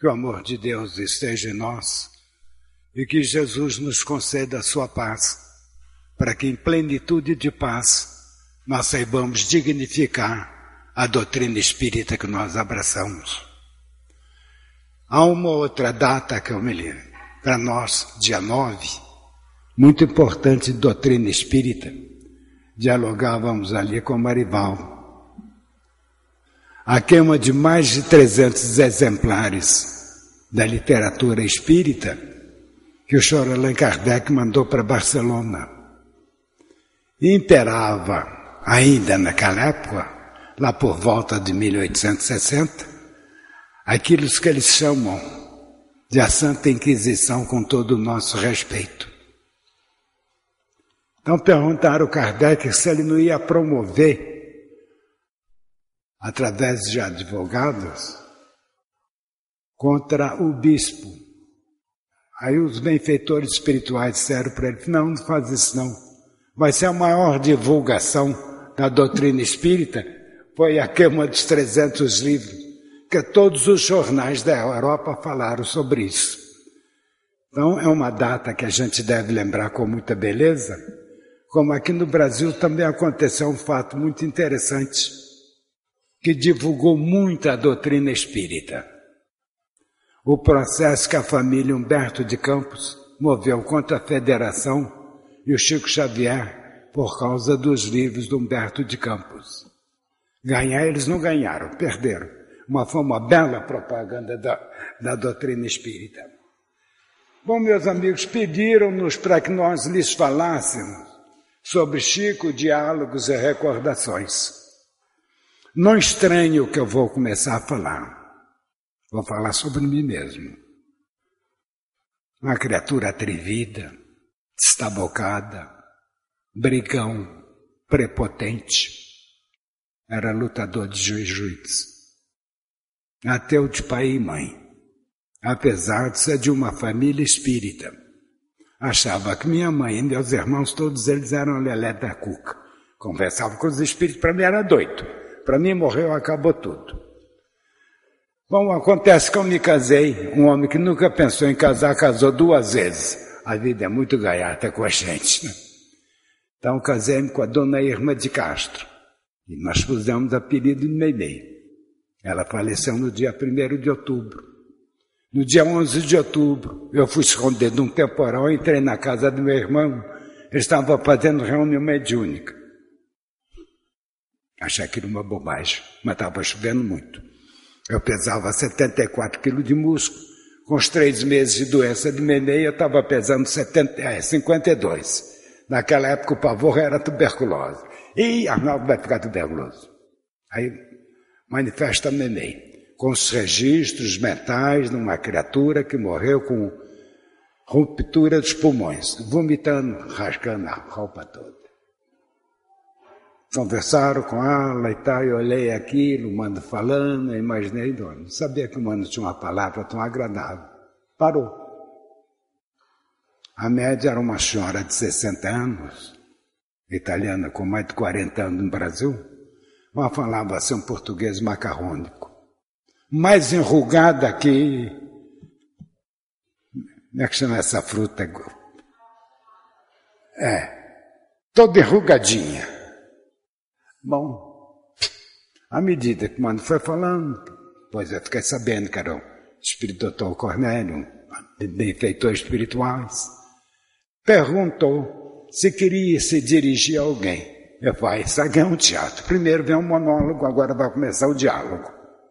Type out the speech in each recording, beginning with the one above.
Que o amor de Deus esteja em nós e que Jesus nos conceda a sua paz, para que em plenitude de paz nós saibamos dignificar a doutrina espírita que nós abraçamos. Há uma outra data que eu me lembro, para nós, dia 9, muito importante, doutrina espírita. Dialogávamos ali com Marival. A queima de mais de 300 exemplares da literatura espírita que o Senhor Allan Kardec mandou para Barcelona. E imperava, ainda naquela época, lá por volta de 1860, aquilo que eles chamam de a Santa Inquisição, com todo o nosso respeito. Então perguntaram ao Kardec se ele não ia promover, através de advogados, contra o bispo. Aí os benfeitores espirituais disseram para ele: não faz isso não. Vai ser a maior divulgação da doutrina espírita, foi a queima dos 300 livros, que todos os jornais da Europa falaram sobre isso. Então é uma data que a gente deve lembrar com muita beleza, como aqui no Brasil também aconteceu um fato muito interessante, que divulgou muito a doutrina espírita. O processo que a família Humberto de Campos moveu contra a Federação e o Chico Xavier por causa dos livros do Humberto de Campos. Ganhar eles não ganharam, perderam. Foi uma bela propaganda da doutrina espírita. Bom, meus amigos, pediram-nos para que nós lhes falássemos sobre Chico, diálogos e recordações. Não estranhe o que eu vou começar a falar. Vou falar sobre mim mesmo. Uma criatura atrevida, destabocada, brigão, prepotente. Era lutador de jiu-jitsu. Ateu de pai e mãe. Apesar de ser de uma família espírita. Achava que minha mãe e meus irmãos, todos eles eram lelé da cuca. Conversava com os espíritos, para mim era doido. Para mim morreu, acabou tudo. Bom, acontece que eu me casei, um homem que nunca pensou em casar, casou 2 vezes. A vida é muito gaiata com a gente, né? Então casei-me com a dona Irma de Castro. E nós pusemos apelido de Meimei. Ela faleceu no dia 1º de outubro. No dia 11 de outubro, eu fui esconder de um temporal, entrei na casa do meu irmão. Ele estava fazendo reunião mediúnica. Achei aquilo uma bobagem, mas estava chovendo muito. Eu pesava 74 quilos de músculo. Com os 3 meses de doença de Meimei, eu estava pesando 52. Naquela época o pavor era tuberculose. E Arnaldo vai ficar tuberculoso. Aí manifesta Meimei, com os registros mentais de uma criatura que morreu com ruptura dos pulmões, vomitando, rasgando a roupa toda. Conversaram com ela e tal, eu olhei aquilo, o mano falando, eu imaginei, não sabia que o mano tinha uma palavra tão agradável. Parou. A média era uma senhora de 60 anos, italiana com mais de 40 anos no Brasil, mas falava assim um português macarrônico. Mais enrugada que... Como é que chama essa fruta? Toda enrugadinha. Bom, à medida que o mano foi falando, pois eu fiquei sabendo que era o espírito doutor Cornélio, benfeitor espirituais, perguntou se queria se dirigir a alguém. Eu falei, isso aqui é um teatro. Primeiro vem um monólogo, agora vai começar o diálogo.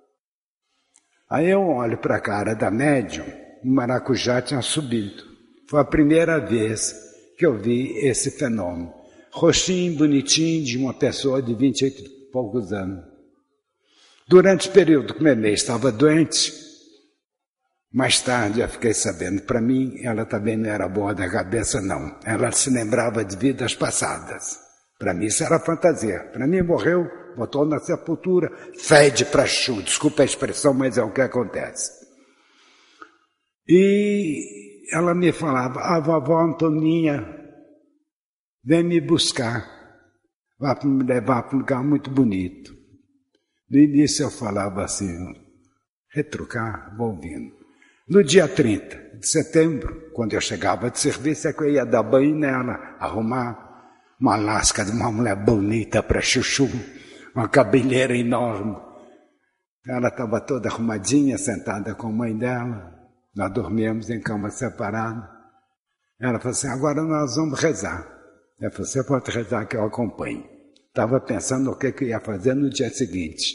Aí eu olho para a cara da médium, o maracujá tinha subido. Foi a primeira vez que eu vi esse fenômeno. Roxinho, bonitinho, de uma pessoa de 28 e poucos anos. Durante o período que Meimei estava doente, mais tarde eu fiquei sabendo, para mim, ela também não era boa da cabeça, não. Ela se lembrava de vidas passadas. Para mim isso era fantasia. Para mim morreu, botou na sepultura, fede para chu, desculpa a expressão, mas é o que acontece. E ela me falava, a vovó Antoninha vem me buscar, vai me levar para um lugar muito bonito. No início eu falava assim, retrucar, vou ouvindo. No dia 30 de setembro, quando eu chegava de serviço, é que eu ia dar banho nela, arrumar uma lasca de uma mulher bonita para chuchu, uma cabeleira enorme. Ela estava toda arrumadinha, sentada com a mãe dela. Nós dormíamos em cama separada. Ela falou assim, agora nós vamos rezar. Eu falei, você pode rezar que eu acompanho. Estava pensando o que eu ia fazer no dia seguinte.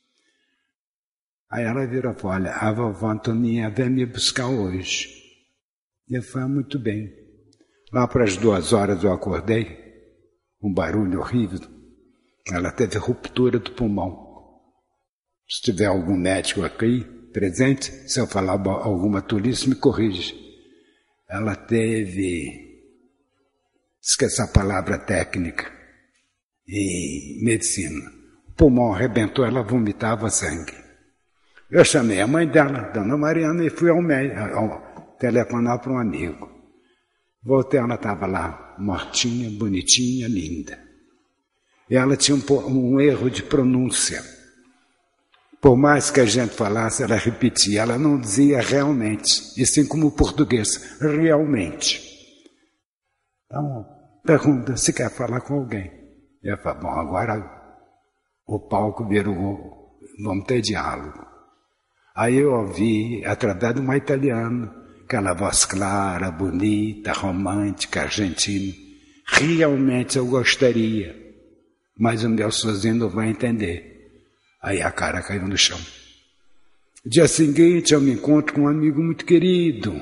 Aí ela virou e falou, olha, a vovó Antoninha vem me buscar hoje. E eu falei, muito bem. Lá para as 2h eu acordei, um barulho horrível. Ela teve ruptura do pulmão. Se tiver algum médico aqui presente, se eu falar alguma tolice, me corrige. Ela teve, esqueci a palavra técnica, em medicina. O pulmão arrebentou, ela vomitava sangue. Eu chamei a mãe dela, Dona Mariana, e fui ao médico, telefonar para um amigo. Voltei, ela estava lá, mortinha, bonitinha, linda. E ela tinha um erro de pronúncia. Por mais que a gente falasse, ela repetia, ela não dizia realmente, e assim como o português, realmente. Então, pergunta se quer falar com alguém. Eu falo, bom, agora o palco virou, vamos ter diálogo. Aí eu ouvi, através de uma italiana, aquela voz clara, bonita, romântica, argentina. Realmente eu gostaria, mas o meu sozinho não vai entender. Aí a cara caiu no chão. Dia seguinte eu me encontro com um amigo muito querido.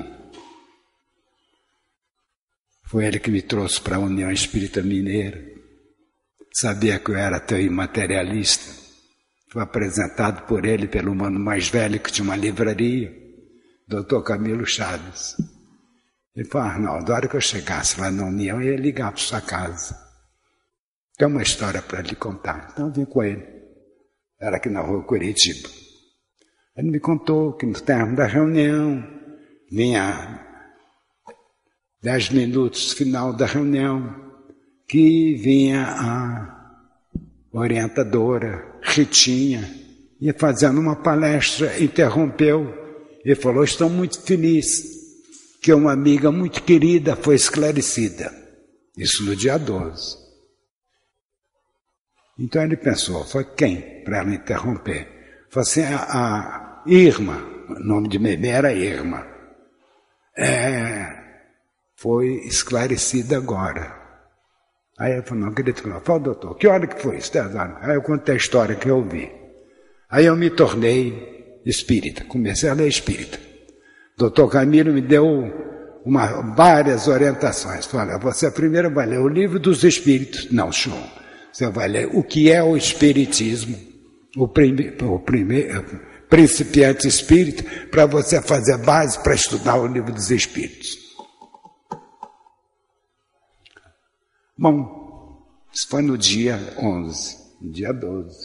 Foi ele que me trouxe para a União Espírita Mineira. Sabia que eu era ateu e materialista. Fui apresentado por ele pelo mano mais velho que tinha uma livraria, Dr. Camilo Chaves. Ele falou, Arnaldo, na hora que eu chegasse lá na União, eu ia ligar para sua casa. Tem uma história para lhe contar. Então eu vim com ele. Era aqui na rua Curitiba. Ele me contou que no termo da reunião, vinha 10 minutos final da reunião, que vinha a orientadora, Ritinha, ia fazendo uma palestra, interrompeu e falou, estou muito feliz que uma amiga muito querida foi esclarecida. Isso no dia 12. Então ele pensou, foi quem para ela interromper? Foi assim, a Irma, o nome de bebê era Irma, foi esclarecida agora. Aí eu falei, não acredito que não. Falei, doutor, que hora que foi isso? Aí eu contei a história que eu ouvi. Aí eu me tornei espírita, comecei a ler espírita. Doutor Camilo me deu várias orientações. Falei, você primeiro vai ler o livro dos espíritos. Não, senhor. Você vai ler o que é o espiritismo, o principiante espírita, para você fazer base para estudar o livro dos espíritos. Bom, isso foi no dia 11, no dia 12.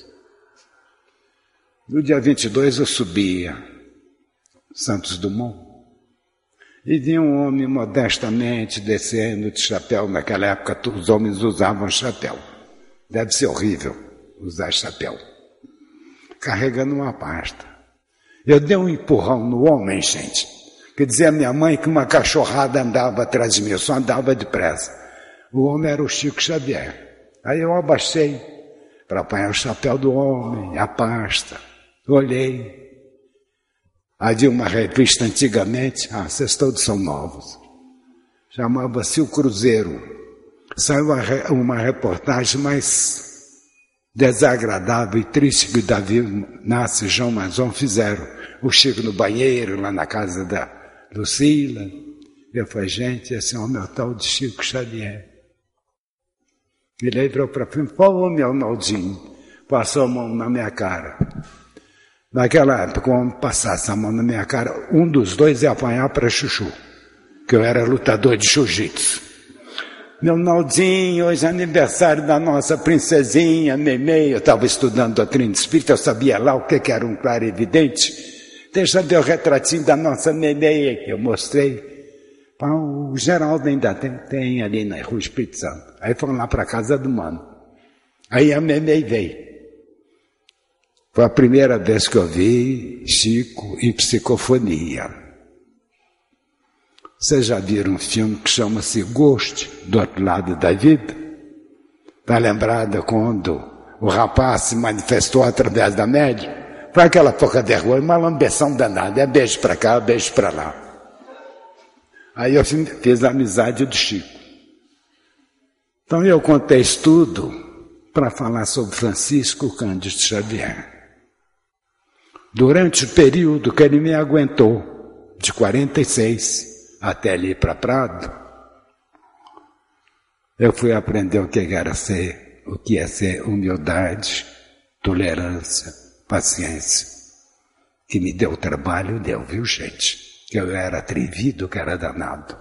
No dia 22 eu subia Santos Dumont e vi um homem modestamente descendo de chapéu. Naquela época os homens usavam chapéu. Deve ser horrível usar chapéu. Carregando uma pasta. Eu dei um empurrão no homem, gente. Quer dizer, a minha mãe que uma cachorrada andava atrás de mim, eu só andava depressa. O homem era o Chico Xavier. Aí eu abaixei para apanhar o chapéu do homem, a pasta. Olhei. Havia uma revista antigamente, vocês todos são novos. Chamava-se O Cruzeiro. Saiu uma reportagem mais desagradável e triste que o Davi Nasce e João Manzon fizeram. O Chico no banheiro, lá na casa da Lucila. Eu falei, gente, esse homem é o tal de Chico Xavier. Ele aí virou para mim, falou, meu Naldinho, passou a mão na minha cara. Naquela época, quando passasse a mão na minha cara, um dos dois ia apanhar para chuchu, que eu era lutador de jiu-jitsu. Meu Naldinho, hoje é aniversário da nossa princesinha, Memei. Eu estava estudando doutrina espírita, eu sabia lá o que era um clarividente. Deixa eu ver o retratinho da nossa Memei aqui. Eu mostrei. O Geraldo ainda tem ali na Rua Espírito Santo. Aí foram lá para a casa do mano. Aí a Memei veio. Foi a primeira vez que eu vi Chico em psicofonia. Vocês já viram um filme que chama-se Ghost, do outro lado da vida? Está lembrada quando o rapaz se manifestou através da médium? Foi aquela pouca vergonha, uma lambeção danada, é beijo para cá, beijo para lá. Aí eu fiz a amizade do Chico. Então eu contei isso tudo para falar sobre Francisco Cândido Xavier. Durante o período que ele me aguentou, de 46 até ele ir para Prado, eu fui aprender o que era ser, o que é ser humildade, tolerância, paciência. Que me deu trabalho, deu, viu, gente? Que eu era atrevido, que era danado.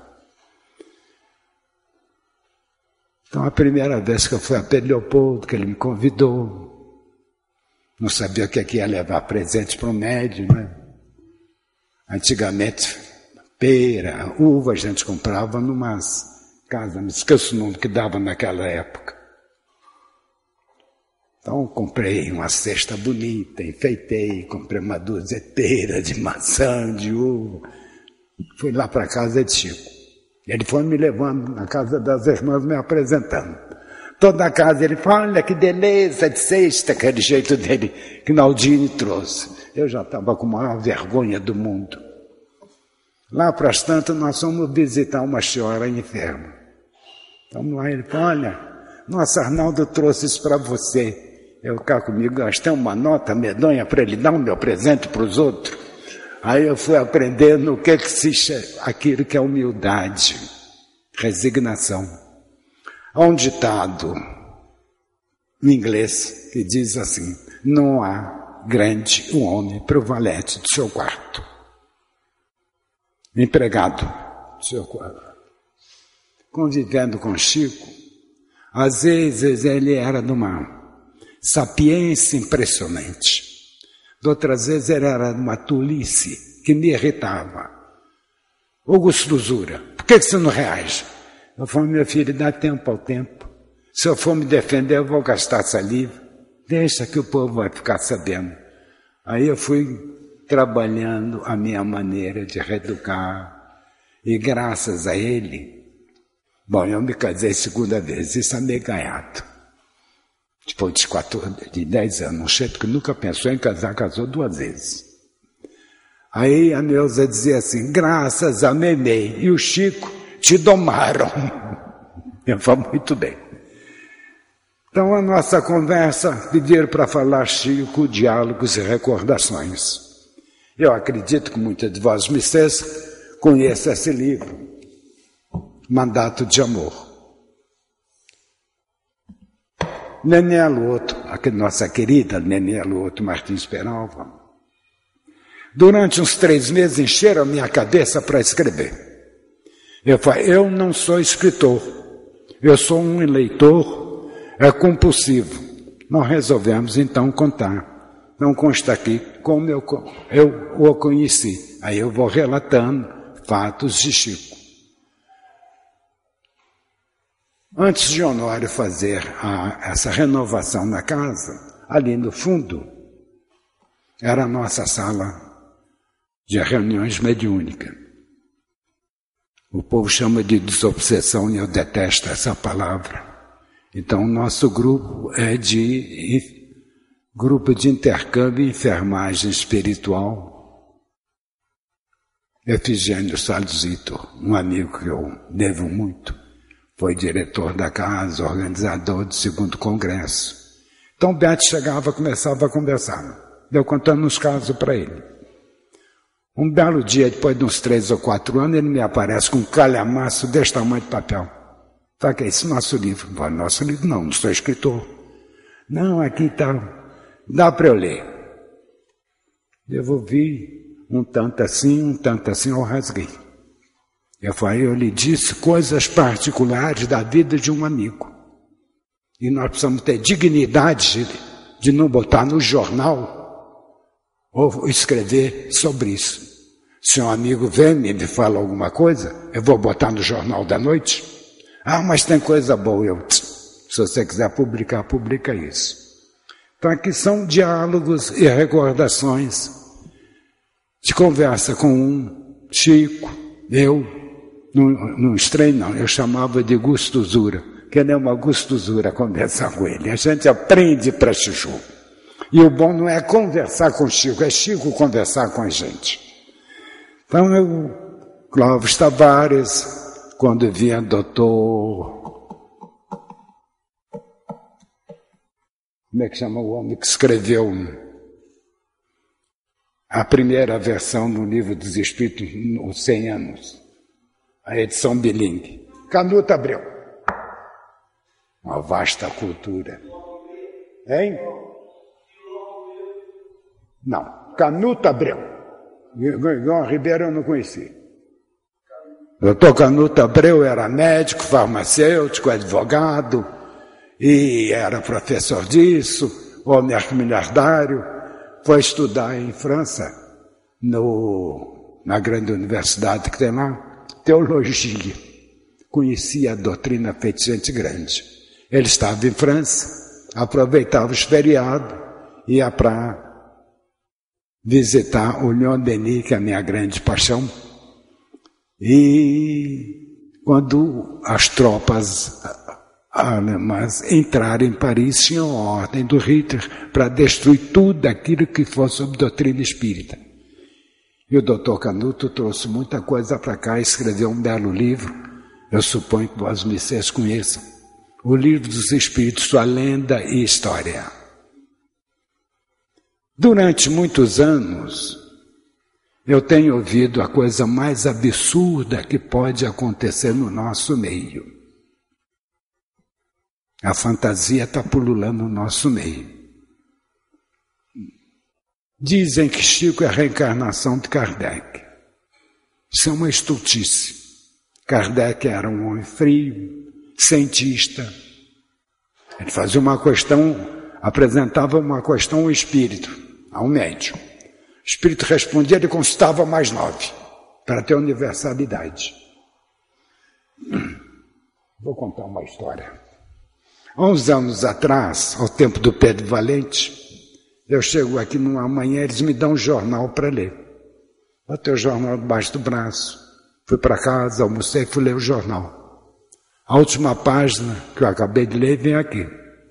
Então, a primeira vez que eu fui a Pedro Leopoldo, que ele me convidou, não sabia o que ia levar presente para o médium, né? Antigamente, pera, uva, a gente comprava numas casas, me esqueço o nome que dava naquela época. Então, comprei uma cesta bonita, enfeitei, comprei uma dúzia de pera, de maçã, de uva. Fui lá para a casa de Chico. Ele foi me levando na casa das irmãs, me apresentando. Toda a casa ele falou, olha que beleza de cesta, aquele jeito dele que Naldini trouxe. Eu já estava com a maior vergonha do mundo. Lá para as tantas, nós fomos visitar uma senhora enferma. Vamos lá, ele falou, olha, nossa, Arnaldo trouxe isso para você. Eu cá comigo, gastei uma nota medonha para ele dar o meu presente para os outros. Aí eu fui aprendendo o que se chama, aquilo que é humildade, resignação. Há um ditado em inglês que diz assim, não há grande homem para o valete do seu quarto. Empregado do seu quarto. Convivendo com Chico, às vezes ele era de uma sapiência impressionante. De outras vezes ele era de uma tolice que me irritava. Augusto Zura, por que você não reage? Eu falei, meu filho, dá tempo ao tempo. Se eu for me defender, eu vou gastar saliva. Deixa que o povo vai ficar sabendo. Aí eu fui trabalhando a minha maneira de reeducar. E graças a ele, bom, eu me casei segunda vez, isso é meio ganhado. Depois de 10 anos, um chefe que nunca pensou em casar, casou 2 vezes. Aí a Neuza dizia assim, graças a Memei e o Chico te domaram. Eu falo, muito bem. Então a nossa conversa, pediram para falar Chico, diálogos e recordações. Eu acredito que muitas de vós, vocês, conheçam esse livro, Mandato de Amor. Nenê Aluoto, a nossa querida Nenê Aluoto Martins Peralva, durante uns 3 meses encheram a minha cabeça para escrever. Eu falei, eu não sou escritor, eu sou um leitor compulsivo. Nós resolvemos então contar. Então consta aqui como eu o conheci. Aí eu vou relatando fatos de Chico. Antes de Honório fazer essa renovação na casa, ali no fundo, era a nossa sala de reuniões mediúnicas. O povo chama de desobsessão e eu detesto essa palavra. Então, o nosso grupo é grupo de intercâmbio e enfermagem espiritual. Efigênio Salles Vitor, um amigo que eu devo muito. Foi diretor da casa, organizador do 2º congresso. Então o Beto chegava, começava a conversar. Eu contando uns casos para ele. Um belo dia, depois de uns 3 ou 4 anos, ele me aparece com um calhamaço desse tamanho de papel. Fala, que é isso, nosso livro? Fala, nosso livro não sou escritor. Não, aqui está. Dá para eu ler. Devolvi um tanto assim, eu rasguei. Eu falei, eu lhe disse coisas particulares da vida de um amigo. E nós precisamos ter dignidade de não botar no jornal ou escrever sobre isso. Se um amigo vem e me fala alguma coisa, eu vou botar no jornal da noite. Ah, mas tem coisa boa. Se você quiser publicar, publica isso. Então aqui são diálogos e recordações de conversa com Chico, eu, Num estranho não, eu chamava de gustosura, que não é uma gustosura conversar com ele. A gente aprende para Chuchu. E o bom não é conversar com Chico, é Chico conversar com a gente. Então Clóvis Tavares, quando vinha doutor... Como é que chama o homem que escreveu a primeira versão do Livro dos Espíritos, os 100 anos? A edição bilingue. Canuto Abreu. Uma vasta cultura. Hein? Não, Canuto Abreu. João Ribeiro eu não conheci. Doutor Canuto Abreu era médico, farmacêutico, advogado, e era professor disso, homem miliardário. Foi estudar em França, na grande universidade que tem lá, teologia. Conhecia a doutrina feita de gente grande. Ele estava em França, aproveitava os feriados, ia para visitar o Leon Denis, que é a minha grande paixão. E quando as tropas alemãs entraram em Paris, tinham a ordem do Hitler para destruir tudo aquilo que fosse sobre doutrina espírita. E o doutor Canuto trouxe muita coisa para cá e escreveu um belo livro, eu suponho que vocês conheçam, o Livro dos Espíritos, sua lenda e história. Durante muitos anos, eu tenho ouvido a coisa mais absurda que pode acontecer no nosso meio. A fantasia está pululando no nosso meio. Dizem que Chico é a reencarnação de Kardec. Isso é uma estultice. Kardec era um homem frio, cientista. Ele fazia uma questão, apresentava uma questão ao espírito, ao médium. O espírito respondia, ele consultava mais 9, para ter universalidade. Vou contar uma história. Há uns anos atrás, ao tempo do Pedro Valente, eu chego aqui numa manhã, eles me dão um jornal para ler. Botei o jornal debaixo do braço, fui para casa, almocei, fui ler o jornal. A última página que eu acabei de ler vem aqui.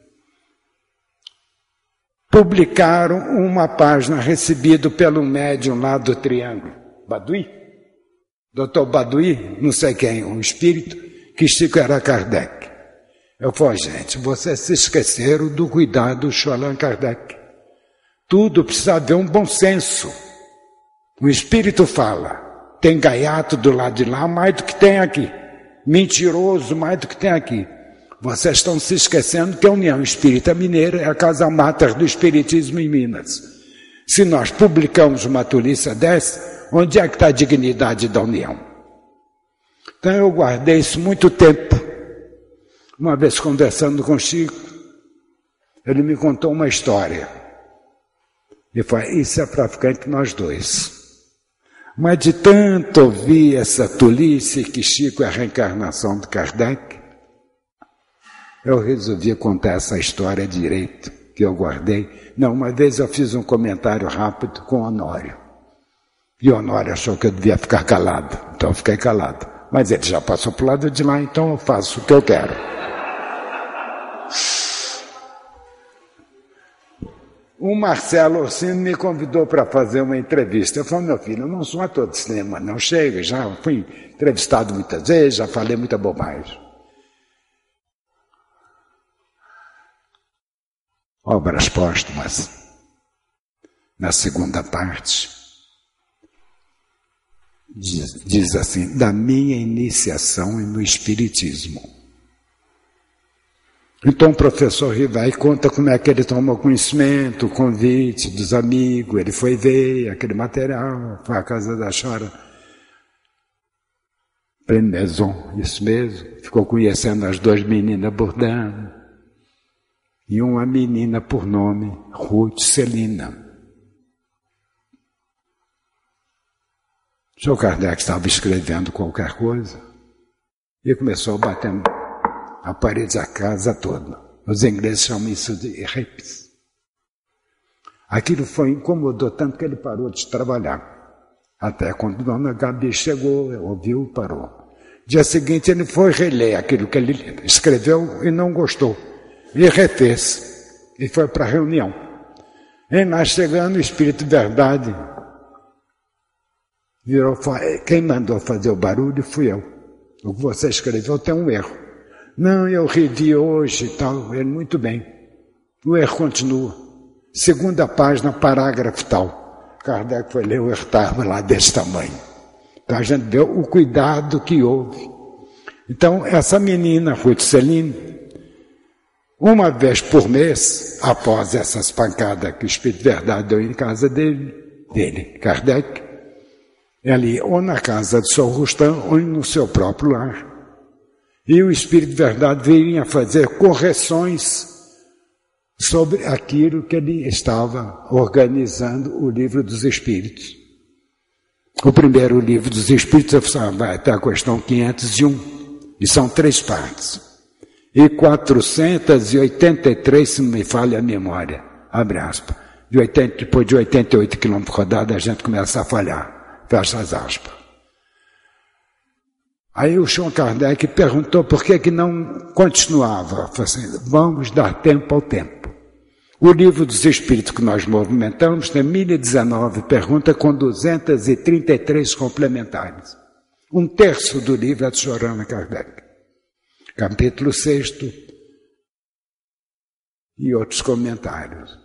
Publicaram uma página recebida pelo médium lá do Triângulo. Badui? Doutor Badui, não sei quem, um espírito, que Chico era Kardec. Eu falei, gente, vocês se esqueceram do cuidado do Allan Kardec. Tudo precisa haver um bom senso. O espírito fala, tem gaiato do lado de lá mais do que tem aqui. Mentiroso mais do que tem aqui. Vocês estão se esquecendo que a União Espírita Mineira é a casa máter do Espiritismo em Minas. Se nós publicamos uma tolice dessa, onde é que está a dignidade da União? Então eu guardei isso muito tempo. Uma vez conversando com Chico, ele me contou uma história. E falou, isso é para ficar entre nós dois. Mas de tanto ouvir essa tolice que Chico é a reencarnação de Kardec, eu resolvi contar essa história direito, que eu guardei. Não, uma vez eu fiz um comentário rápido com o Honório. E o Honório achou que eu devia ficar calado, então eu fiquei calado. Mas ele já passou para o lado de lá, então eu faço o que eu quero. O Marcelo Orsini me convidou para fazer uma entrevista. Eu falei, meu filho, eu não sou ator de cinema, não chega, já fui entrevistado muitas vezes, já falei muita bobagem. Obras póstumas, na segunda parte, diz assim, da minha iniciação no Espiritismo. Então o professor Rivai conta como é que ele tomou conhecimento, o convite dos amigos, ele foi ver aquele material, foi à casa da Chora Maison, isso mesmo, ficou conhecendo as duas meninas Bourdin, e uma menina por nome Ruth Celina. O Sr. Kardec estava escrevendo qualquer coisa e começou a bater a parede da casa toda. Os ingleses chamam isso de rips. Aquilo incomodou tanto que ele parou de trabalhar. Até quando Dona Gabi chegou, ouviu e parou. Dia seguinte ele foi reler aquilo que ele escreveu e não gostou. E refez. E foi para a reunião. E lá chegando, o Espírito Verdade virou, quem mandou fazer o barulho fui eu. O que você escreveu tem um erro. Não, eu revi hoje e tal. Ele, muito bem. O erro continua. Segunda página, parágrafo tal. Kardec foi ler, o erro estava lá desse tamanho. Então a gente vê o cuidado que houve. Então essa menina, Ruth Celine, uma vez por mês, após essas pancadas que o Espírito Verdade deu em casa dele, Kardec, ali ou na casa do Sr. Rustam ou no seu próprio lar. E o Espírito Verdade vinha fazer correções sobre aquilo que ele estava organizando, o Livro dos Espíritos. O primeiro Livro dos Espíritos vai até a questão 501, e são 3 partes. E 483, se não me falha a memória, abre aspas, depois de 88 quilômetros rodados, a gente começa a falhar, fecha as aspas. Aí o Allan Kardec perguntou por que não continuava. Falei assim, vamos dar tempo ao tempo. O Livro dos Espíritos que nós movimentamos tem 1019 perguntas com 233 complementares. 1/3 do livro é de Allan Kardec. Capítulo 6 e outros comentários.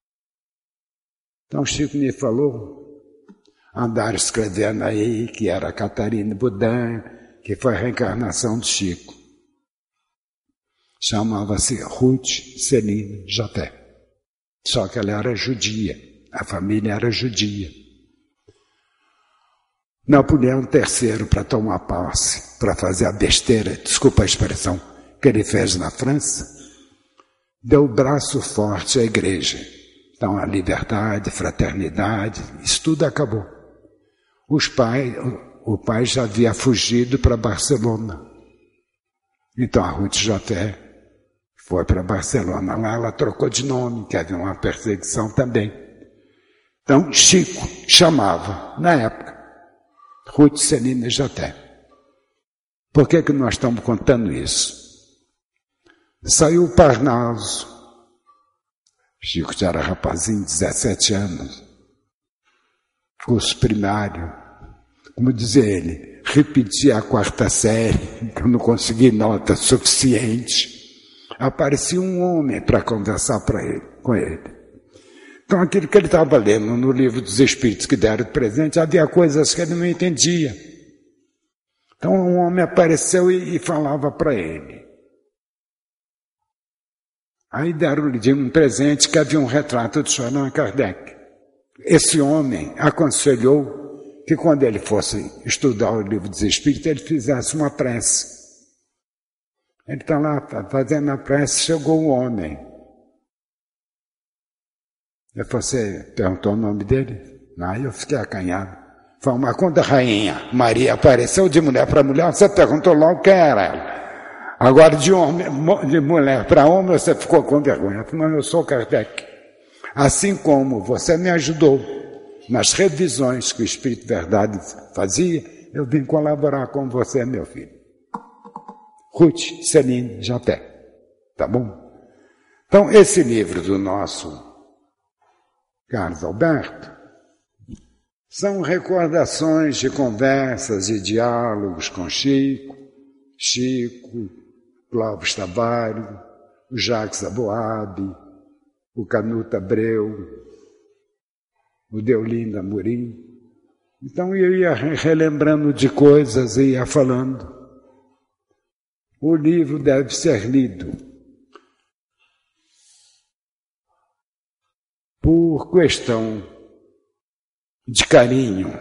Então Chico me falou, andaram escrevendo aí que era Catarina Boudin, que foi a reencarnação de Chico. Chamava-se Ruth Celine Jafé. Só que ela era judia, a família era judia. Napoleão III, para tomar posse, para fazer a besteira, desculpa a expressão, que ele fez na França, deu braço forte à igreja. Então a liberdade, fraternidade, isso tudo acabou. O pai já havia fugido para Barcelona. Então a Ruth Jafé foi para Barcelona. Lá ela trocou de nome, que havia uma perseguição também. Então Chico chamava, na época, Ruth Celine Jafé. Por que nós estamos contando isso? Saiu o Parnaso. Chico já era rapazinho, 17 anos. Curso primário. Como dizia ele, repeti a 4ª série, que eu não consegui nota suficiente. Aparecia um homem para conversar com ele. Então aquilo que ele estava lendo no Livro dos Espíritos que deram de presente, havia coisas que ele não entendia. Então um homem apareceu e falava para ele. Aí deram-lhe um presente que havia um retrato de Allan Kardec. Esse homem aconselhou que quando ele fosse estudar o Livro dos Espíritos, ele fizesse uma prece. Ele está lá fazendo a prece, chegou o homem. Você perguntou o nome dele? Aí eu fiquei acanhado. Falei, mas quando a rainha Maria apareceu de mulher para mulher, você perguntou logo quem era ela. Agora de mulher para homem, você ficou com vergonha. Eu falei, mas eu sou Kardec. Assim como você me ajudou nas revisões que o Espírito Verdade fazia, eu vim colaborar com você, meu filho. Ruth Celine Jafé. Tá bom? Então, esse livro do nosso Carlos Alberto são recordações de conversas e diálogos com Chico, Clóvis Tavares, o Jacques Aboab, o Canuto Abreu, o Deolinda Amorim. Então eu ia relembrando de coisas e ia falando. O livro deve ser lido por questão de carinho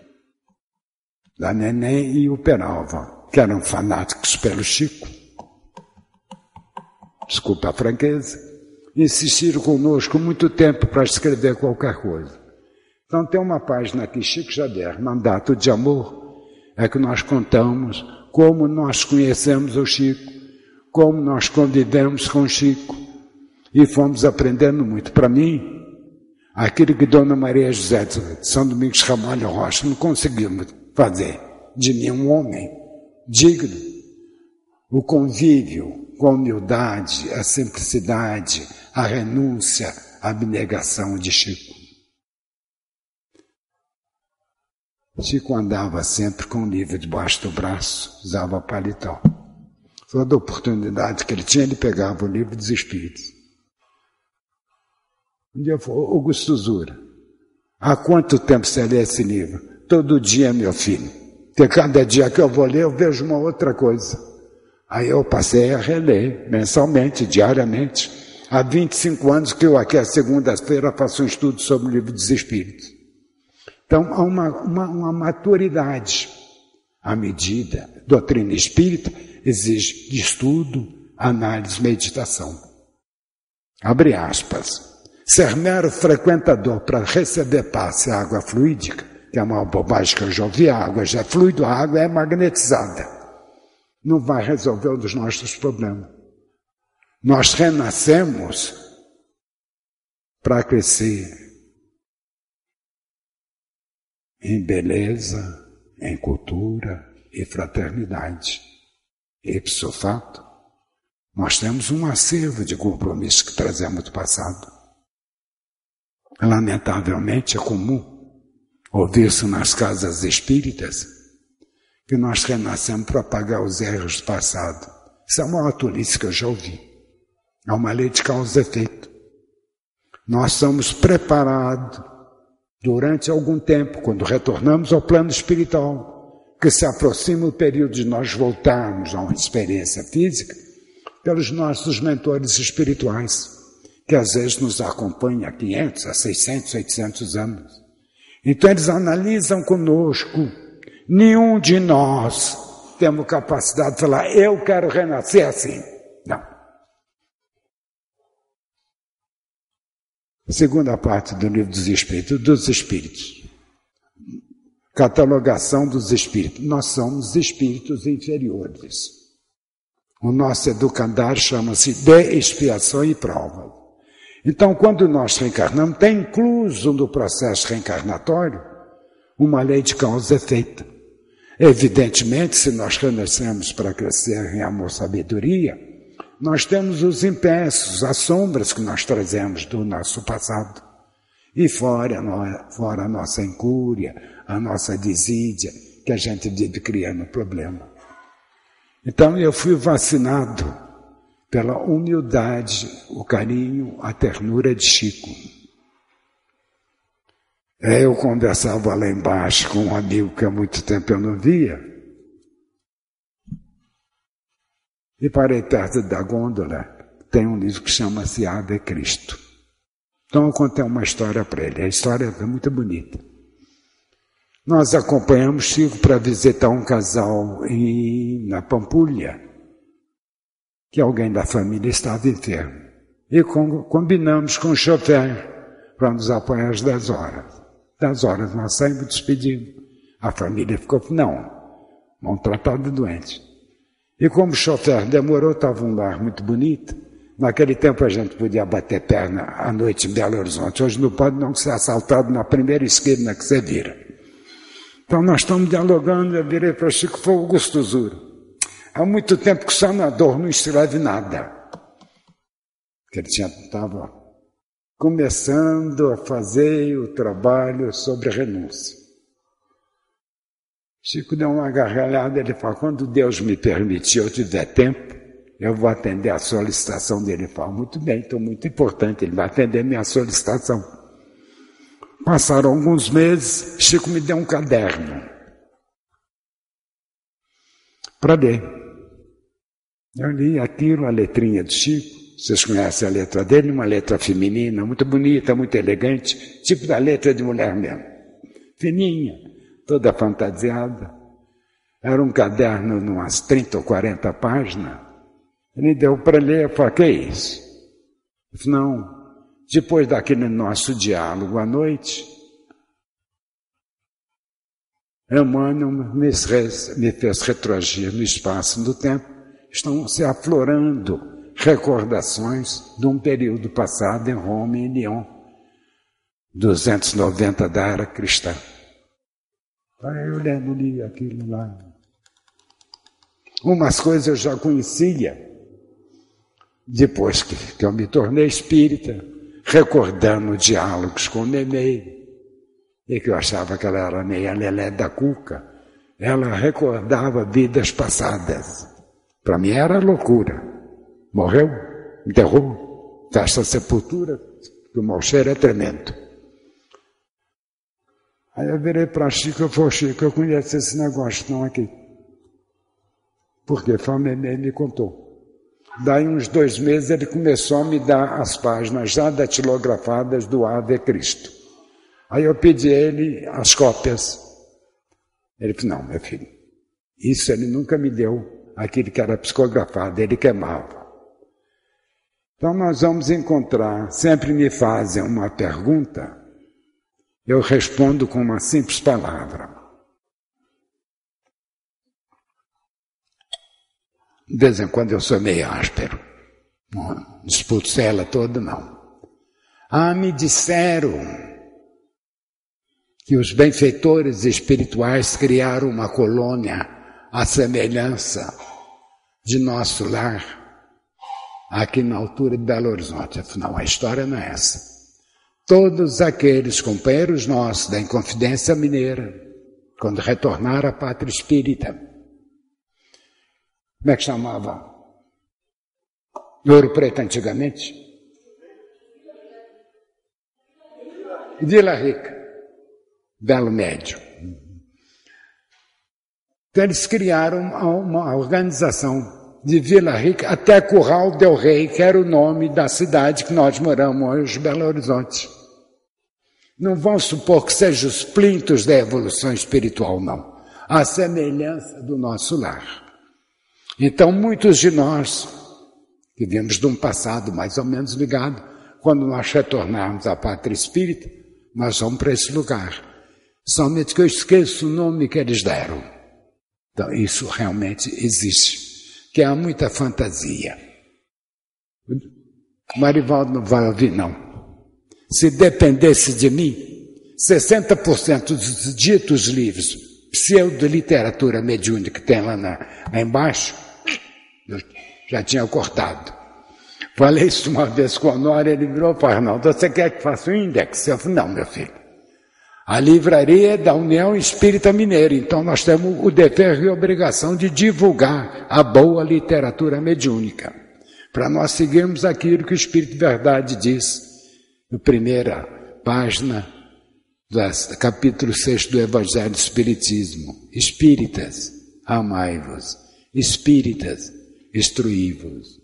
da Neném e o Peralva, que eram fanáticos pelo Chico. Desculpa a franqueza. Insistiram conosco muito tempo para escrever qualquer coisa. Então tem uma página aqui, Chico Xavier, Mandato de Amor, é que nós contamos como nós conhecemos o Chico, como nós convivemos com o Chico, e fomos aprendendo muito. Para mim, aquilo que Dona Maria José de São Domingos Ramalho Rocha não conseguimos fazer de nenhum homem, digno, o convívio com a humildade, a simplicidade, a renúncia, a abnegação de Chico. Chico andava sempre com um livro debaixo do braço, usava paletó. Toda oportunidade que ele tinha, ele pegava o livro dos Espíritos. Um dia falou: Augusto Zura, há quanto tempo você lê esse livro? Todo dia, meu filho. Porque cada dia que eu vou ler, eu vejo uma outra coisa. Aí eu passei a reler, mensalmente, diariamente. Há 25 anos que eu aqui, às segundas-feiras, faço um estudo sobre o livro dos Espíritos. Então, há uma maturidade. À medida, doutrina espírita exige de estudo, análise, meditação. Abre aspas. Ser mero frequentador para receber passe a água fluídica, que é uma bobagem que eu já ouvi, a água já é fluido, a água é magnetizada. Não vai resolver um dos nossos problemas. Nós renascemos para crescer em beleza, em cultura e fraternidade. Ipso fato, nós temos um acervo de compromissos que trazemos do passado. Lamentavelmente é comum ouvir-se nas casas espíritas que nós renascemos para apagar os erros do passado. Isso é uma maior tolice que eu já ouvi. É uma lei de causa e efeito. Nós somos preparados durante algum tempo, quando retornamos ao plano espiritual, que se aproxima o período de nós voltarmos a uma experiência física, pelos nossos mentores espirituais, que às vezes nos acompanham há 500, há 600, 800 anos. Então eles analisam conosco. Nenhum de nós temos capacidade de falar: eu quero renascer assim. Não. Segunda parte do livro dos Espíritos. Catalogação dos Espíritos. Nós somos espíritos inferiores. O nosso educandário chama-se de expiação e prova. Então, quando nós reencarnamos, tem incluso no processo reencarnatório uma lei de causa e efeito. Evidentemente, se nós renascemos para crescer em amor e sabedoria, nós temos os impensos, as sombras que nós trazemos do nosso passado. E fora a nossa incúria, a nossa desídia, que a gente vive criando problema. Então eu fui vacinado pela humildade, o carinho, a ternura de Chico. Eu conversava lá embaixo com um amigo que há muito tempo eu não via, e parei perto da gôndola. Tem um livro que chama-se Ave Cristo. Então eu contei uma história para ele. A história é muito bonita. Nós acompanhamos Chico para visitar um casal na Pampulha, que alguém da família estava enfermo. E combinamos com o chofer para nos apoiar às 10 horas. 10 horas nós saímos e despedimos. A família ficou: não, vamos tratar do doente. E como o chofer demorou, estava um lar muito bonito. Naquele tempo a gente podia bater perna à noite em Belo Horizonte. Hoje não pode não ser assaltado na primeira esquina que você vira. Então nós estamos dialogando, eu virei para o Chico: foi o Augusto Zura. Há muito tempo que o sanador não escreve nada. Porque ele estava começando a fazer o trabalho sobre renúncia. Chico deu uma gargalhada, ele falou: quando Deus me permitir, eu tiver tempo, eu vou atender a solicitação dele. Ele falou: muito bem, então muito importante, ele vai atender minha solicitação. Passaram alguns meses, Chico me deu um caderno para ler. Eu li aquilo, a letrinha de Chico. Vocês conhecem a letra dele? Uma letra feminina, muito bonita, muito elegante, tipo da letra de mulher mesmo. Fininha, toda fantasiada. Era um caderno de umas 30 ou 40 páginas. Ele deu para ler, eu falei: que é isso? Eu falei: não. Depois daquele nosso diálogo à noite, Emmanuel me fez retroagir no espaço e no tempo. Estão se aflorando recordações de um período passado em Roma e em Lyon, 290 da era cristã. Aí eu li aquilo lá. Umas coisas eu já conhecia, depois que eu me tornei espírita, recordando diálogos com Nenê, e que eu achava que ela era meia lelé da cuca. Ela recordava vidas passadas. Para mim era loucura. Morreu, enterrou, festa sepultura, que o mau cheiro é tremendo. Aí eu virei para Chico, eu falei, Chico, eu conheço esse negócio não aqui. Porque foi o Nenê me contou. Daí uns 2 meses ele começou a me dar as páginas já datilografadas do Ave Cristo. Aí eu pedi a ele as cópias. Ele falou, não, meu filho, isso ele nunca me deu, aquilo que era psicografado, ele queimava. Então nós vamos encontrar, sempre me fazem uma pergunta, eu respondo com uma simples palavra. De vez em quando eu sou meio áspero. Não disputo ela toda, não. Me disseram que os benfeitores espirituais criaram uma colônia à semelhança de nosso lar, aqui na altura de Belo Horizonte. Afinal, a história não é essa. Todos aqueles companheiros nossos da Inconfidência Mineira, quando retornaram à pátria espírita, como é que chamava? Ouro Preto antigamente? Vila Rica. Belo Médio. Então eles criaram uma organização de Vila Rica até Curral del Rei, que era o nome da cidade que nós moramos hoje, Belo Horizonte. Não vão supor que sejam os plintos da evolução espiritual, não. A semelhança do nosso lar. Então, muitos de nós, que viemos de um passado mais ou menos ligado, quando nós retornarmos à pátria espírita, nós vamos para esse lugar. Somente que eu esqueço o nome que eles deram. Então, isso realmente existe, que há muita fantasia. Marivaldo não vai ouvir, não. Se dependesse de mim, 60% dos ditos livros pseudo-literatura mediúnica que tem lá embaixo, eu já tinha cortado. Falei isso uma vez com o Honório, ele virou para Arnaldo, você quer que faça um índex? Eu falei, não, meu filho. A livraria é da União Espírita Mineira, então nós temos o dever e a obrigação de divulgar a boa literatura mediúnica, para nós seguirmos aquilo que o Espírito de Verdade diz, na primeira página do capítulo 6 do Evangelho do Espiritismo. Espíritas, amai-vos. Espíritas, instruí-vos.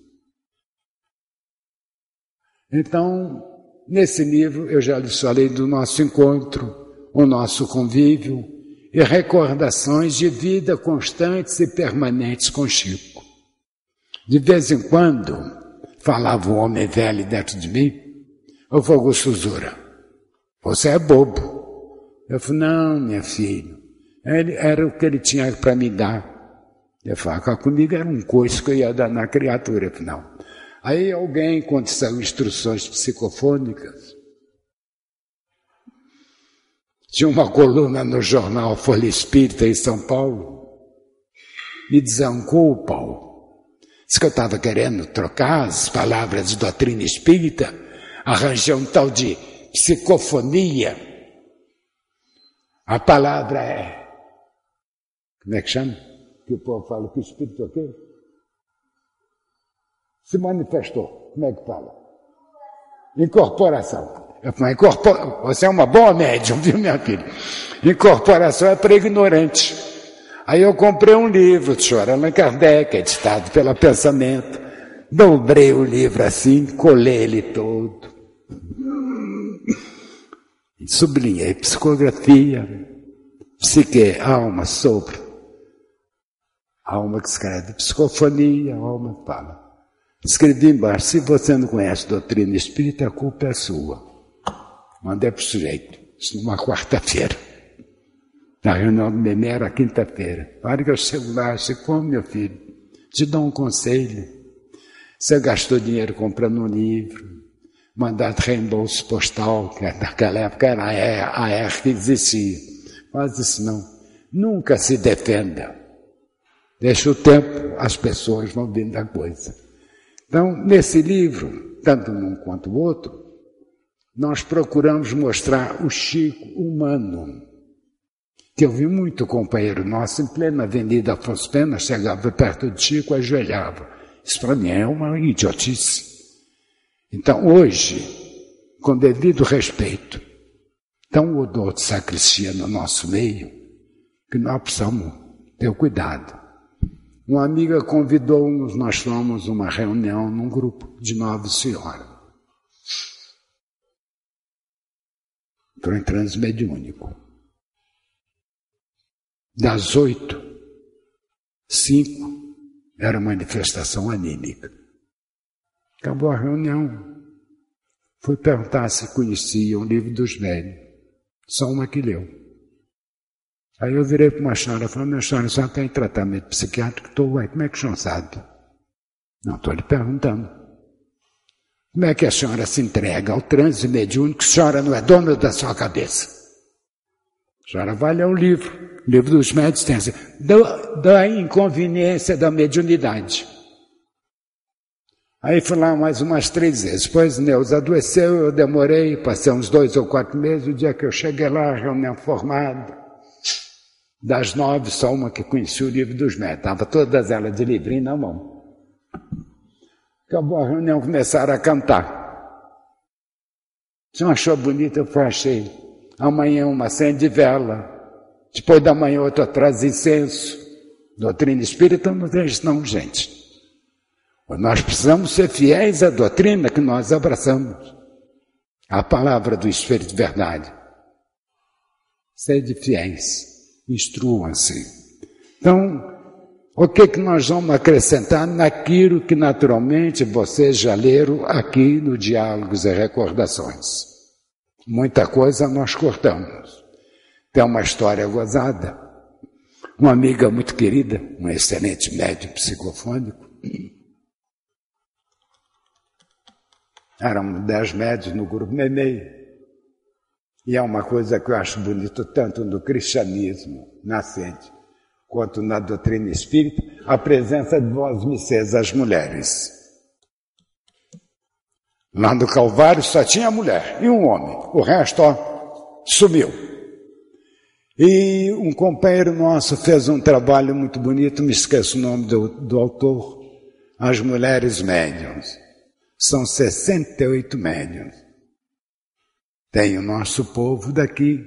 Então, nesse livro, eu já lhes falei do nosso encontro, o nosso convívio e recordações de vida constantes e permanentes com Chico. De vez em quando, falava um homem velho dentro de mim, ô Augusto Usura, você é bobo. Eu falei, não, minha filha, era o que ele tinha para me dar. Eu falava, comigo era um coice que eu ia dar na criatura. Eu falei, não. Aí alguém, quando são instruções psicofônicas, tinha uma coluna no jornal Folha Espírita em São Paulo, me desancou, Paulo. Disse que eu estava querendo trocar as palavras de doutrina espírita, arranjar um tal de psicofonia. A palavra é, como é que chama? Que o povo fala que o espírito aqui se manifestou. Como é que fala? Incorporação. Eu falei, você é uma boa médium, viu, minha filha? Incorporação é para ignorante. Aí eu comprei um livro de Allan Kardec, editado pela Pensamento. Dobrei o livro assim, colei ele todo. Sublinhei psicografia, psique, alma, sopro. Alma que escreve psicofonia, alma que fala. Escrevi embaixo, se você não conhece doutrina espírita, a culpa é sua. Mandei para o sujeito, isso numa quarta-feira. Na reunião do Memé era quinta-feira. Na hora que eu chego lá, eu digo, meu filho, te dou um conselho. Você gastou dinheiro comprando um livro, mandado reembolso postal, que naquela época era a ER que existia. Faz isso não. Nunca se defenda Deixa o tempo, as pessoas vão vendo a coisa. Então, nesse livro, tanto um quanto o outro, nós procuramos mostrar o Chico humano. Que eu vi muito companheiro nosso, em plena Avenida Afonso Pena, chegava perto de Chico, ajoelhava. Isso para mim é uma idiotice. Então, hoje, com devido respeito, tão odor de sacristia no nosso meio, que nós precisamos ter cuidado. Uma amiga convidou-nos, nós fomos uma reunião num grupo de 9 senhoras. Estou em transe mediúnico. Das 8, 5 era manifestação anímica. Acabou a reunião. Fui perguntar se conhecia o Livro dos Médiuns. Só uma que leu. Aí eu virei para uma senhora e falei, minha senhora, a senhora tem tratamento psiquiátrico? Estou, ué, como é que a senhora sabe? Não, estou lhe perguntando. Como é que a senhora se entrega ao transe mediúnico que a senhora não é dona da sua cabeça? A senhora vai ler o livro dos médiuns tem assim, da inconveniência da mediunidade. Aí fui lá mais umas 3 vezes. Depois Neuza adoeceu, eu demorei, passei uns 2 ou 4 meses, o dia que eu cheguei lá, reunião formada. Das 9, só uma que conhecia o Livro dos Médiuns. Estava todas elas de livrinho na mão. Acabou a reunião, começaram a cantar. Você não achou bonito? Eu achei. Amanhã uma acende vela. Depois da manhã outra traz incenso. Doutrina espírita não tem isso não, gente. Nós precisamos ser fiéis à doutrina que nós abraçamos. A palavra do Espírito de verdade. Sede fiéis. Instruam-se. Então, o que nós vamos acrescentar naquilo que naturalmente vocês já leram aqui no Diálogos e Recordações? Muita coisa nós cortamos. Tem uma história gozada. Uma amiga muito querida, um excelente médium psicofônico. Eram 10 médios no grupo Memei. E é uma coisa que eu acho bonito tanto no cristianismo nascente quanto na doutrina espírita, a presença de vós missês, as mulheres. Lá no Calvário só tinha mulher e um homem, o resto sumiu. E um companheiro nosso fez um trabalho muito bonito, me esqueço o nome do autor, As Mulheres Médiuns. São 68 médiuns. Tem o nosso povo daqui.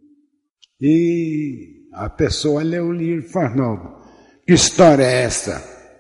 E a pessoa lê o livro e fala, não, que história é essa?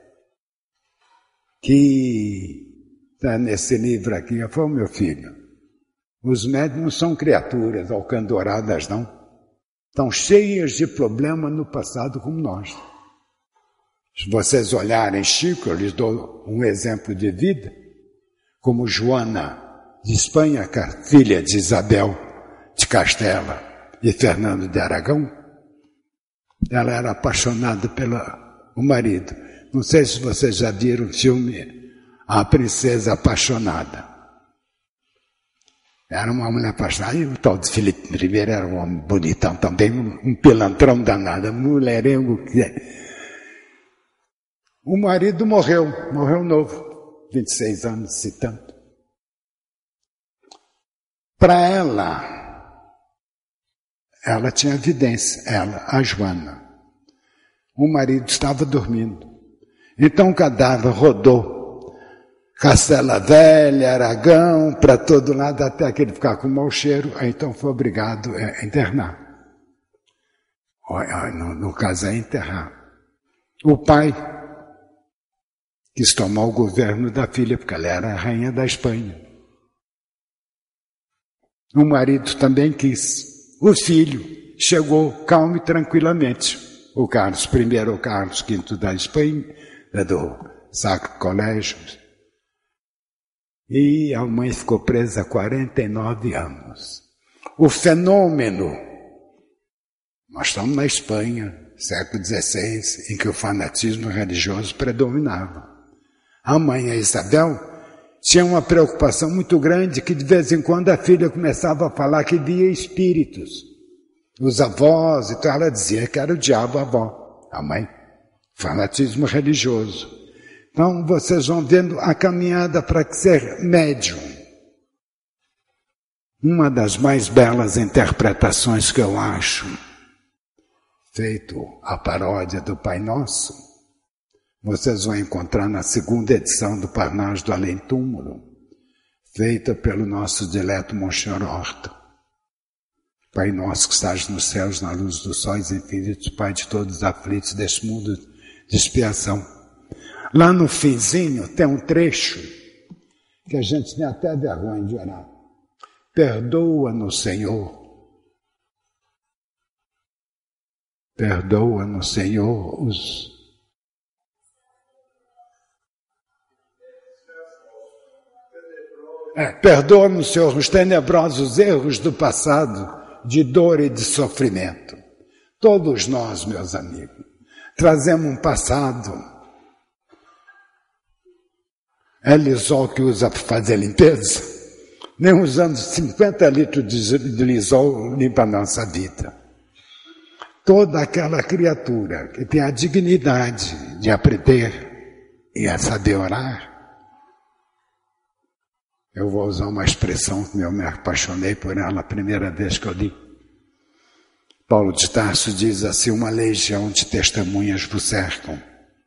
Que está nesse livro aqui. Eu falei, meu filho, os médiuns não são criaturas alcandoradas, não. Estão cheias de problema no passado como nós. Se vocês olharem Chico, eu lhes dou um exemplo de vida, como Joana de Espanha, filha de Isabel de Castela e Fernando de Aragão, ela era apaixonada pelo marido. Não sei se vocês já viram o filme A Princesa Apaixonada. Era uma mulher apaixonada. E o tal de Felipe I era um homem bonitão também, um pilantrão danado, mulherengo. O marido morreu novo, 26 anos e tanto. Para ela tinha evidência, a Joana. O marido estava dormindo. Então o cadáver rodou. Castela Velha, Aragão, para todo lado, até que ele ficar com mau cheiro, aí então foi obrigado a internar. No caso, é enterrar. O pai quis tomar o governo da filha, porque ela era a rainha da Espanha. O marido também quis. O filho chegou calmo e tranquilamente. O Carlos I, o Carlos V da Espanha, do Sacro Colégio. E a mãe ficou presa há 49 anos. O fenômeno, nós estamos na Espanha, século XVI, em que o fanatismo religioso predominava. A mãe, a Isabel, tinha uma preocupação muito grande que de vez em quando a filha começava a falar que via espíritos. Os avós, então ela dizia que era o diabo a avó, a mãe. fanatismo religioso. Então, vocês vão vendo a caminhada para ser médium. Uma das mais belas interpretações que eu acho, feito a paródia do Pai Nosso, vocês vão encontrar na segunda edição do Parnaso do Além Túmulo, feita pelo nosso dileto Monsenhor Horta. Pai nosso que estás nos céus, na luz dos sóis infinitos, Pai de todos os aflitos deste mundo de expiação. Lá no finzinho tem um trecho que a gente tem até vergonha de orar. Perdoa-nos, Senhor. Perdoa-nos, Senhor, perdoa-nos, Senhor, os tenebrosos erros do passado, de dor e de sofrimento. Todos nós, meus amigos, trazemos um passado. É Lisol que usa para fazer limpeza? Nem usando 50 litros de Lisol limpa a nossa vida. Toda aquela criatura que tem a dignidade de aprender e a saber orar. Eu vou usar uma expressão que eu me apaixonei por ela a primeira vez que eu li. Paulo de Tarso diz assim: uma legião de testemunhas vos cercam.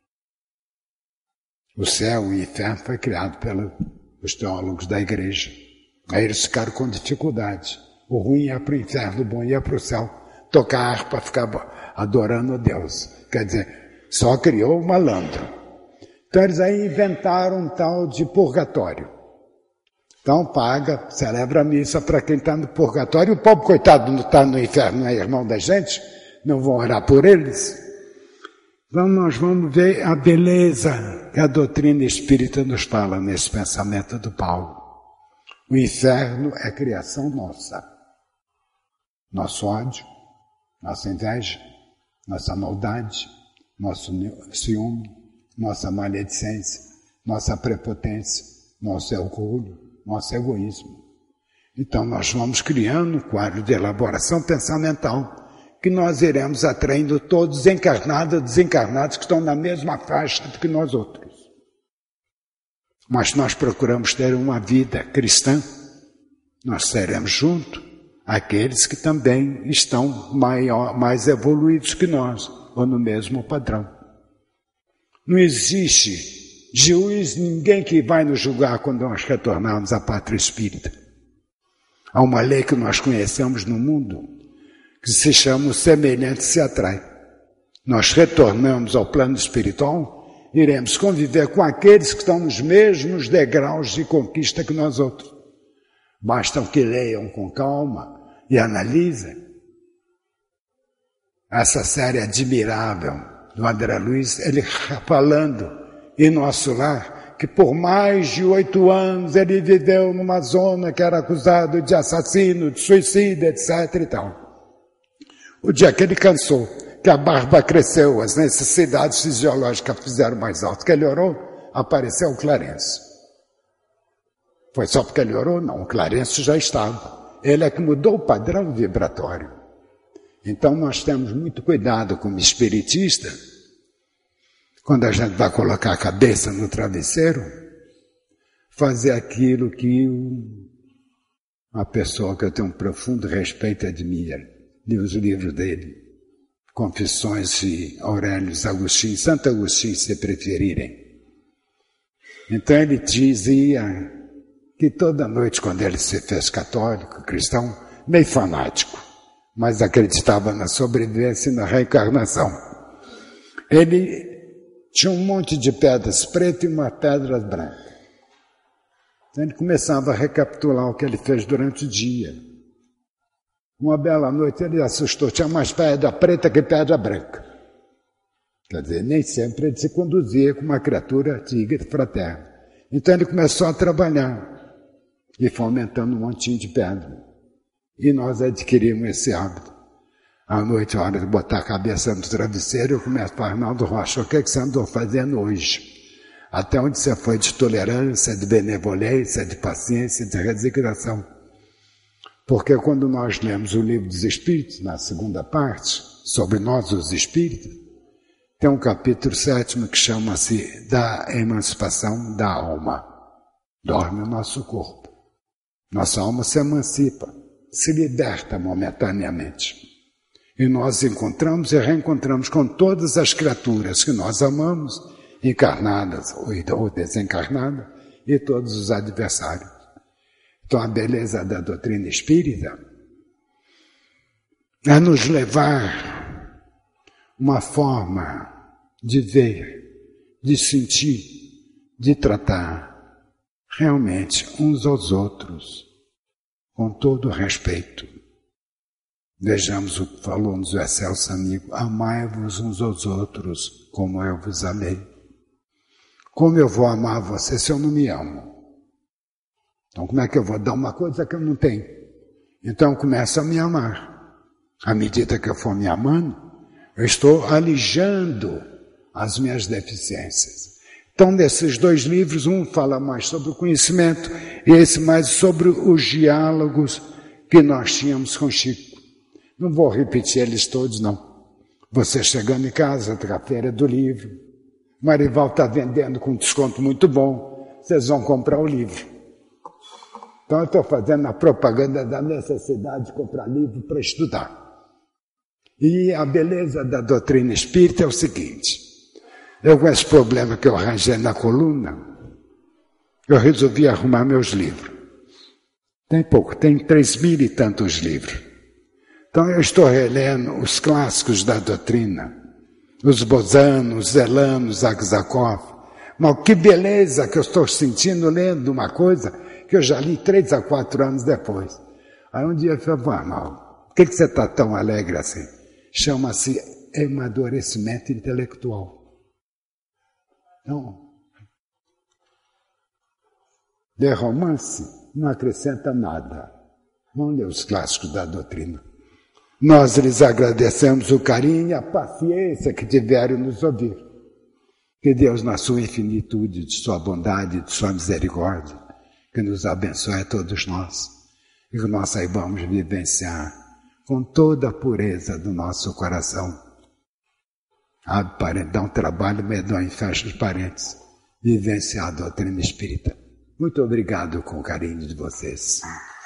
O céu e o inferno foi criado pelos teólogos da igreja. Aí eles ficaram com dificuldade. O ruim ia para o inferno, o bom ia para o céu. Tocar harpa, ficar adorando a Deus. Quer dizer, só criou o malandro. Então eles aí inventaram um tal de purgatório. Então paga, celebra a missa para quem está no purgatório. O pobre coitado não está no inferno, não é irmão da gente? Não vão orar por eles? Então nós vamos ver a beleza que a doutrina espírita nos fala nesse pensamento do Paulo. O inferno é criação nossa. Nosso ódio, nossa inveja, nossa maldade, nosso ciúme, nossa maledicência, nossa prepotência, nosso orgulho, nosso egoísmo. Então nós vamos criando um quadro de elaboração pensamental que nós iremos atraindo todos encarnados e desencarnados que estão na mesma faixa do que nós outros. Mas nós procuramos ter uma vida cristã, nós seremos junto aqueles que também estão mais evoluídos que nós, ou no mesmo padrão. Não existe juiz, ninguém que vai nos julgar quando nós retornarmos à pátria espírita. Há uma lei que nós conhecemos no mundo, que se chama o semelhante se atrai. Nós retornamos ao plano espiritual, iremos conviver com aqueles que estão nos mesmos degraus de conquista que nós outros. Basta que leiam com calma e analisem. Essa série admirável do André Luiz, ele falando em nosso lar, que por mais de 8 anos ele viveu numa zona que era acusado de assassino, de suicídio, etc. e tal. O dia que ele cansou, que a barba cresceu, as necessidades fisiológicas fizeram mais alto, que ele orou, apareceu o Clarence. Foi só porque ele orou? Não, o Clarence já estava. Ele é que mudou o padrão vibratório. Então nós temos muito cuidado como espiritista, quando a gente vai colocar a cabeça no travesseiro, fazer aquilo que uma pessoa que eu tenho um profundo respeito e admiro, li os livros dele, Confissões de Aurélio Agostinho, Santo Agostinho, se preferirem. Então ele dizia que toda noite, quando ele se fez católico, cristão, meio fanático, mas acreditava na sobrevivência e na reencarnação, ele tinha um monte de pedras pretas e uma pedra branca. Então ele começava a recapitular o que ele fez durante o dia. Uma bela noite ele assustou, tinha mais pedra preta que pedra branca. Quer dizer, nem sempre ele se conduzia com uma criatura tigre fraterna. Então ele começou a trabalhar e foi aumentando um montinho de pedra. E nós adquirimos esse hábito. À noite, a hora de botar a cabeça no travesseiro, eu começo para Arnaldo Rocha, o que você andou fazendo hoje? Até onde você foi de tolerância, de benevolência, de paciência, de resignação? Porque quando nós lemos o Livro dos Espíritos, na segunda parte, sobre nós os Espíritos, tem um capítulo 7º que chama-se da emancipação da alma. Dorme o nosso corpo. Nossa alma se emancipa, se liberta momentaneamente. E nós encontramos e reencontramos com todas as criaturas que nós amamos, encarnadas ou desencarnadas, e todos os adversários. Então a beleza da doutrina espírita é nos levar uma forma de ver, de sentir, de tratar realmente uns aos outros, com todo respeito. Vejamos o que falou-nos o excelso amigo: amai-vos uns aos outros como eu vos amei. Como eu vou amar você se eu não me amo? Então como é que eu vou dar uma coisa que eu não tenho? Então eu começo a me amar. À medida que eu for me amando, eu estou alijando as minhas deficiências. Então, nesses 2 livros, um fala mais sobre o conhecimento e esse mais sobre os diálogos que nós tínhamos com Chico. Não vou repetir eles todos, não. Você chegando em casa, tem a feira do livro, Marival está vendendo com desconto muito bom, vocês vão comprar o livro. Então, eu estou fazendo a propaganda da necessidade de comprar livro para estudar. E a beleza da doutrina espírita é o seguinte: eu com esse problema que eu arranjei na coluna, eu resolvi arrumar meus livros. Tem 3.000 e tantos livros. Então eu estou relendo os clássicos da doutrina, os Bozanos, Zelanos, Aksakov. Mas que beleza que eu estou sentindo lendo uma coisa que eu já li 3 a 4 anos depois. Aí um dia eu falei: Mal, por que você está tão alegre assim? Chama-se amadurecimento intelectual. Então, ler romance não acrescenta nada. Vamos ler os clássicos da doutrina. Nós lhes agradecemos o carinho e a paciência que tiveram em nos ouvir. Que Deus, na sua infinitude, de sua bondade, de sua misericórdia, que nos abençoe a todos nós e que nós saibamos vivenciar com toda a pureza do nosso coração. Abre parênteses, dá um trabalho medonho, fecha os parênteses, vivenciar a doutrina espírita. Muito obrigado com o carinho de vocês.